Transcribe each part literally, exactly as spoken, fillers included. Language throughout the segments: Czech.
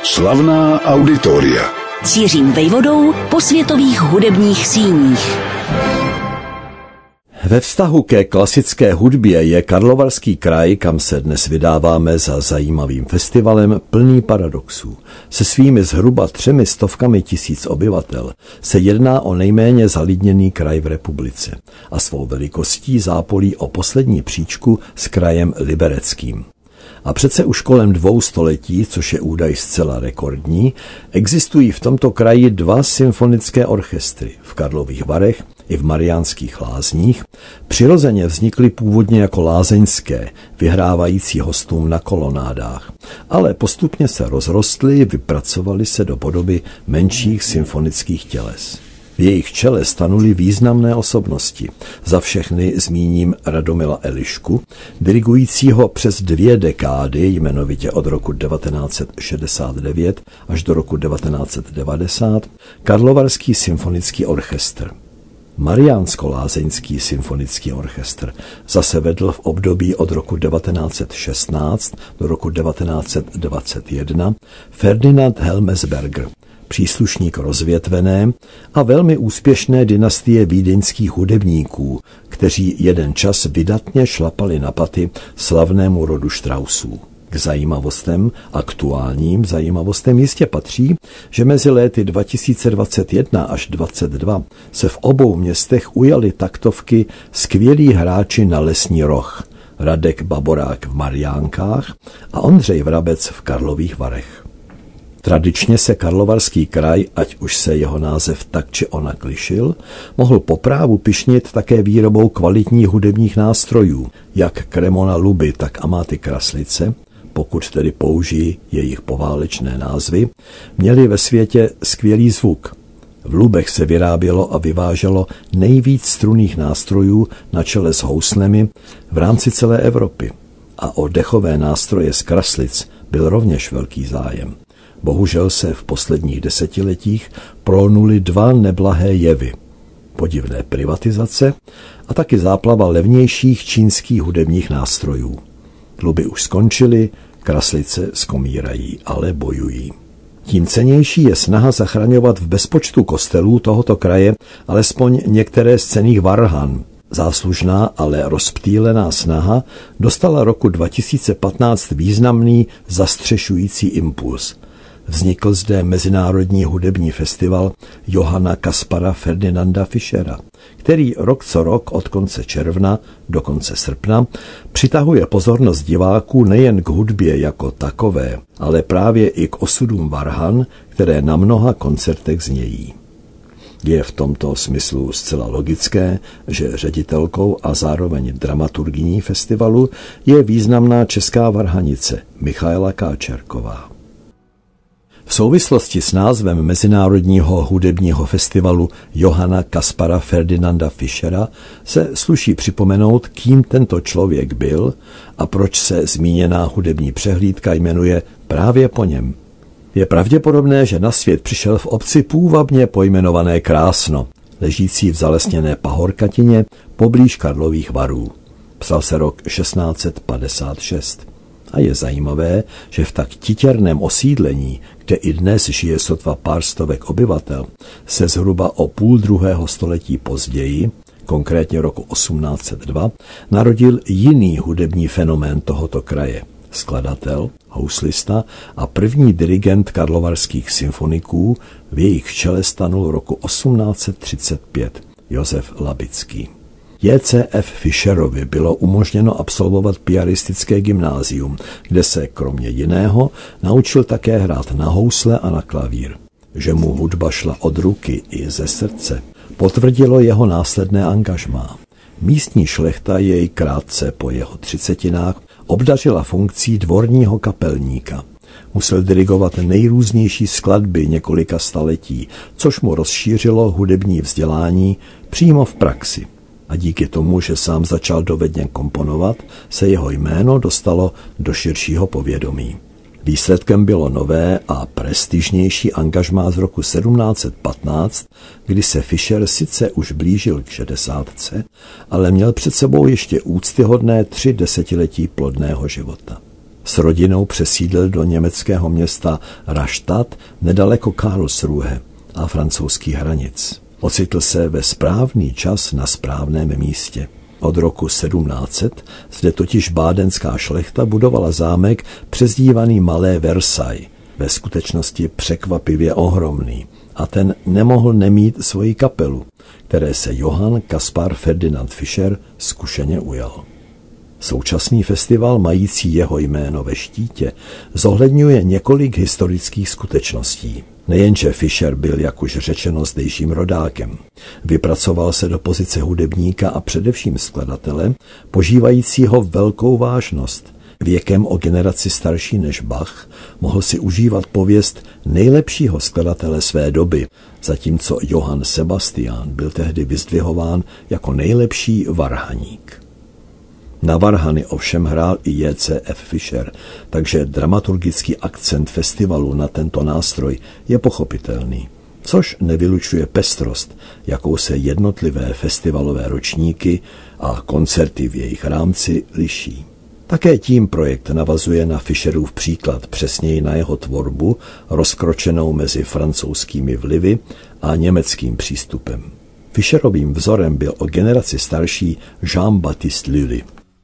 Slavná auditoria. Cířím vejvodou po světových hudebních síních. Ve vztahu ke klasické hudbě je Karlovarský kraj, kam se dnes vydáváme za zajímavým festivalem, plný paradoxů. Se svými zhruba třemi stovkami tisíc obyvatel se jedná o nejméně zalidněný kraj v republice a svou velikostí zápolí o poslední příčku s krajem Libereckým. A přece už kolem dvou století, což je údaj zcela rekordní, existují v tomto kraji dva symfonické orchestry v Karlových Varech i v Mariánských Lázních. Přirozeně vznikly původně jako lázeňské, vyhrávající hostům na kolonádách, ale postupně se rozrostly, vypracovaly se do podoby menších symfonických těles. V jejich čele stanuly významné osobnosti. Za všechny zmíním Radomila Elišku, dirigujícího přes dvě dekády, jmenovitě od roku devatenáct set šedesát devět až do roku devatenáct set devadesát, Karlovarský symfonický orchestr. Mariánsko-lázeňský symfonický orchestr zase vedl v období od roku devatenáct set šestnáct do roku devatenáct set dvacet jedna Ferdinand Helmesberger, příslušník rozvětvené a velmi úspěšné dynastie vídeňských hudebníků, kteří jeden čas vydatně šlapali na paty slavnému rodu Straussů. K zajímavostem, aktuálním zajímavostem jistě patří, že mezi léty dva tisíce dvacet jedna až dvacet dva se v obou městech ujali taktovky skvělí hráči na lesní roh, Radek Baborák v Mariánkách a Ondřej Vrabec v Karlových Varech. Tradičně se Karlovarský kraj, ať už se jeho název tak či onak lišil, mohl po právu pyšnit také výrobou kvalitních hudebních nástrojů, jak Kremona Luby, tak Amáty Kraslice, pokud tedy použijí jejich poválečné názvy, měli ve světě skvělý zvuk. V Lubech se vyrábělo a vyváželo nejvíc strunných nástrojů na čele s houslemi v rámci celé Evropy. A o dechové nástroje z Kraslic byl rovněž velký zájem. Bohužel se v posledních desetiletích pronuly dva neblahé jevy. Podivné privatizace a taky záplava levnějších čínských hudebních nástrojů. Luby už skončily, Kraslice skomírají, ale bojují. Tím cennější je snaha zachraňovat v bezpočtu kostelů tohoto kraje alespoň některé z cenných varhan. Záslužná, ale rozptýlená snaha dostala roku dva tisíce patnáct významný zastřešující impuls. Vznikl zde Mezinárodní hudební festival Johanna Kaspara Ferdinanda Fischera, který rok co rok od konce června do konce srpna přitahuje pozornost diváků nejen k hudbě jako takové, ale právě i k osudům varhan, které na mnoha koncertech znějí. Je v tomto smyslu zcela logické, že ředitelkou a zároveň dramaturgyní festivalu je významná česká varhanice Michaela Káčerková. V souvislosti s názvem Mezinárodního hudebního festivalu Johanna Kaspara Ferdinanda Fischera se sluší připomenout, kým tento člověk byl a proč se zmíněná hudební přehlídka jmenuje právě po něm. Je pravděpodobné, že na svět přišel v obci půvabně pojmenované Krásno, ležící v zalesněné pahorkatině poblíž Karlových Varů. Psal se rok šestnáct set padesát šest. A je zajímavé, že v tak titěrném osídlení, kde i dnes žije sotva pár stovek obyvatel, se zhruba o půl druhého století později, konkrétně roku osmnáct set dva, narodil jiný hudební fenomén tohoto kraje. Skladatel, houslista a první dirigent karlovarských symfoniků, v jejich čele stanul roku osmnáct set třicet pět, Josef Labický. J C F Fischerovi bylo umožněno absolvovat piaristické gymnázium, kde se kromě jiného naučil také hrát na housle a na klavír. Že mu hudba šla od ruky i ze srdce, potvrdilo jeho následné angažmá. Místní šlechta jej krátce po jeho třicetinách obdařila funkcí dvorního kapelníka. Musel dirigovat nejrůznější skladby několika staletí, což mu rozšířilo hudební vzdělání přímo v praxi. A díky tomu, že sám začal dovedně komponovat, se jeho jméno dostalo do širšího povědomí. Výsledkem bylo nové a prestižnější angažmá z roku sedmnáct set patnáct, kdy se Fischer sice už blížil k šedesátce, ale měl před sebou ještě úctyhodné tři desetiletí plodného života. S rodinou přesídlil do německého města Rastatt nedaleko Karlsruhe a francouzských hranic. Ocitl se ve správný čas na správném místě. Od roku sedmnáct set zde totiž bádenská šlechta budovala zámek přezdívaný Malé Versailles, ve skutečnosti překvapivě ohromný, a ten nemohl nemít svoji kapelu, které se Johann Caspar Ferdinand Fischer zkušeně ujal. Současný festival, mající jeho jméno ve štítě, zohledňuje několik historických skutečností. Nejenže Fischer byl, jak už řečeno, zdejším rodákem. Vypracoval se do pozice hudebníka a především skladatele, požívajícího velkou vážnost. Věkem o generaci starší než Bach mohl si užívat pověst nejlepšího skladatele své doby, zatímco Johann Sebastian byl tehdy vyzdvihován jako nejlepší varhaník. Na varhany ovšem hrál i J C F Fischer, takže dramaturgický akcent festivalu na tento nástroj je pochopitelný, což nevylučuje pestrost, jakou se jednotlivé festivalové ročníky a koncerty v jejich rámci liší. Také tím projekt navazuje na Fischerův příklad, přesněji na jeho tvorbu, rozkročenou mezi francouzskými vlivy a německým přístupem. Fischerovým vzorem byl o generaci starší Jean-Baptiste Lully.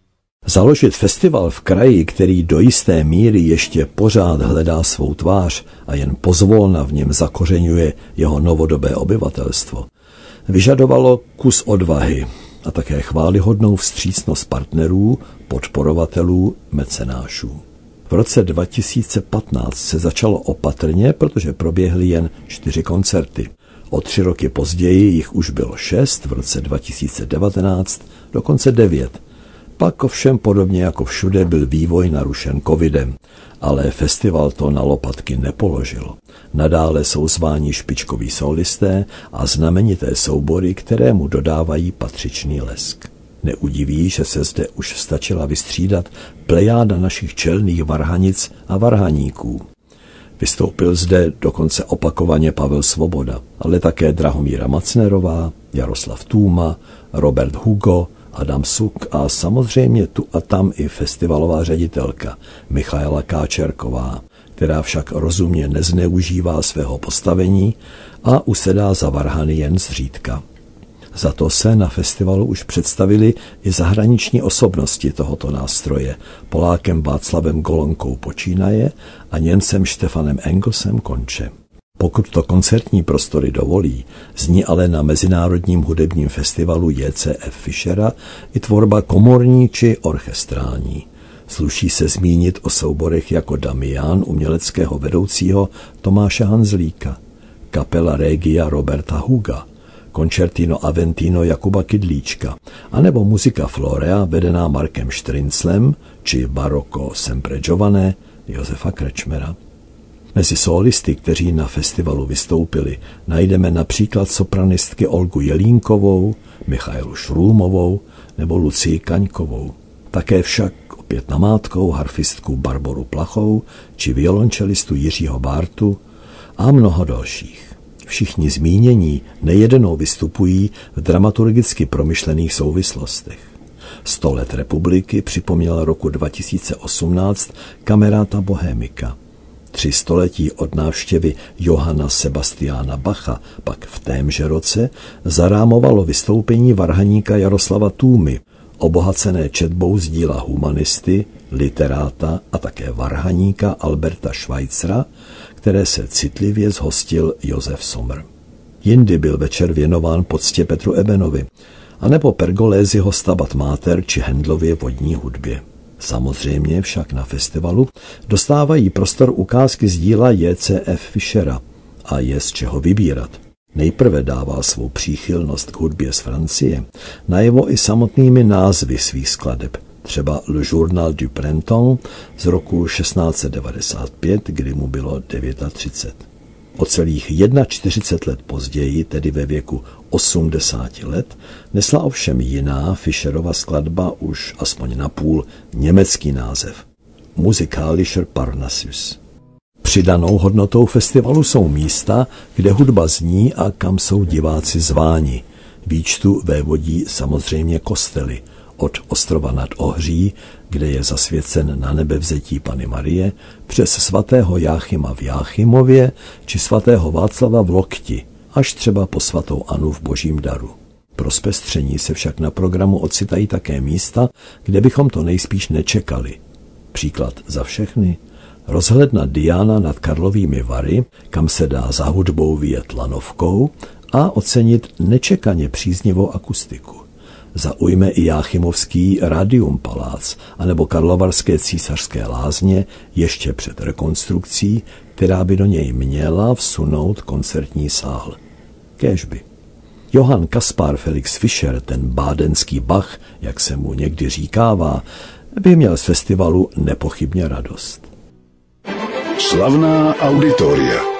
Založit festival v kraji, který do jisté míry ještě pořád hledá svou tvář a jen pozvolna v něm zakořeňuje jeho novodobé obyvatelstvo, vyžadovalo kus odvahy a také chvályhodnou vstřícnost partnerů, podporovatelů, mecenášů. V roce dva tisíce patnáct se začalo opatrně, protože proběhly jen čtyři koncerty. O tři roky později jich už bylo šest, v roce dva tisíce devatenáct dokonce devět. Pak ovšem podobně jako všude byl vývoj narušen covidem, ale festival to na lopatky nepoložilo. Nadále jsou zváni špičkoví solisté a znamenité soubory, které mu dodávají patřičný lesk. Neudiví, že se zde už stačila vystřídat plejáda našich čelných varhanic a varhaníků. Vystoupil zde dokonce opakovaně Pavel Svoboda, ale také Drahomíra Macnerová, Jaroslav Tůma, Robert Hugo, Adam Suk a samozřejmě tu a tam i festivalová ředitelka Michaela Káčerková, která však rozumně nezneužívá svého postavení a usedá za varhany jen zřídka. Za to se na festivalu už představili i zahraniční osobnosti tohoto nástroje, Polákem Václavem Golonkou počínaje a Němcem Štefanem Engelsem konče. Pokud to koncertní prostory dovolí, zní ale na Mezinárodním hudebním festivalu J C F Fischera i tvorba komorní či orchestrální. Sluší se zmínit o souborech jako Damián uměleckého vedoucího Tomáše Hanzlíka, Kapela Regia Roberta Huga, Concertino Aventino Jakuba Kydlíčka, anebo muzika Florea vedená Markem Štrynclem či Baroko Sempre Giované Josefa Krečmera. Mezi solisty, kteří na festivalu vystoupili, najdeme například sopranistky Olgu Jelínkovou, Michailu Šrůmovou nebo Lucii Kaňkovou. Také však opět namátkou harfistku Barboru Plachou či violončelistu Jiřího Bártu a mnoho dalších. Všichni zmínění nejednou vystupují v dramaturgicky promyšlených souvislostech. Sto let republiky připomněla roku dva tisíce osmnáct Camerata Bohemica. Tři století od návštěvy Johanna Sebastiana Bacha pak v témže roce zarámovalo vystoupení varhaníka Jaroslava Tůmy, obohacené četbou z díla humanisty, literáta a také varhaníka Alberta Schweitzera, které se citlivě zhostil Josef Sommer. Jindy byl večer věnován poctě Petru Ebenovi, anebo Pergoléziho Stabat Mater či Handlově vodní hudbě. Samozřejmě však na festivalu dostávají prostor ukázky z díla J C F Fischera a je z čeho vybírat. Nejprve dává svou příchylnost k hudbě z Francie najevo i samotnými názvy svých skladeb, třeba Le Journal du Printemps z roku šestnáct set devadesát pět, kdy mu bylo třicet devět. O celých čtyřicet jedna let později, tedy ve věku osmdesáti let, nesla ovšem jiná Fischerova skladba už aspoň napůl německý název Musikalischer Parnassus. Přidanou hodnotou festivalu jsou místa, kde hudba zní a kam jsou diváci zváni. Výčtu vévodí samozřejmě kostely, od ostrova nad Ohří, kde je zasvěcen na nebevzetí Panny Marie, přes svatého Jáchyma v Jáchymově či svatého Václava v Lokti, až třeba po svatou Anu v Božím daru. Pro zpestření se však na programu ocitají také místa, kde bychom to nejspíš nečekali. Příklad za všechny. Rozhledna Diana nad Karlovými Vary, kam se dá za hudbou vyjet lanovkou a ocenit nečekaně příznivou akustiku. Zaujme i Jáchymovský Radium Palác anebo Karlovarské císařské lázně ještě před rekonstrukcí, která by do něj měla vsunout koncertní sál. Kéžby. Johann Kaspar Felix Fischer, ten bádenský Bach, jak se mu někdy říkává, by měl z festivalu nepochybně radost. Slavná auditoria.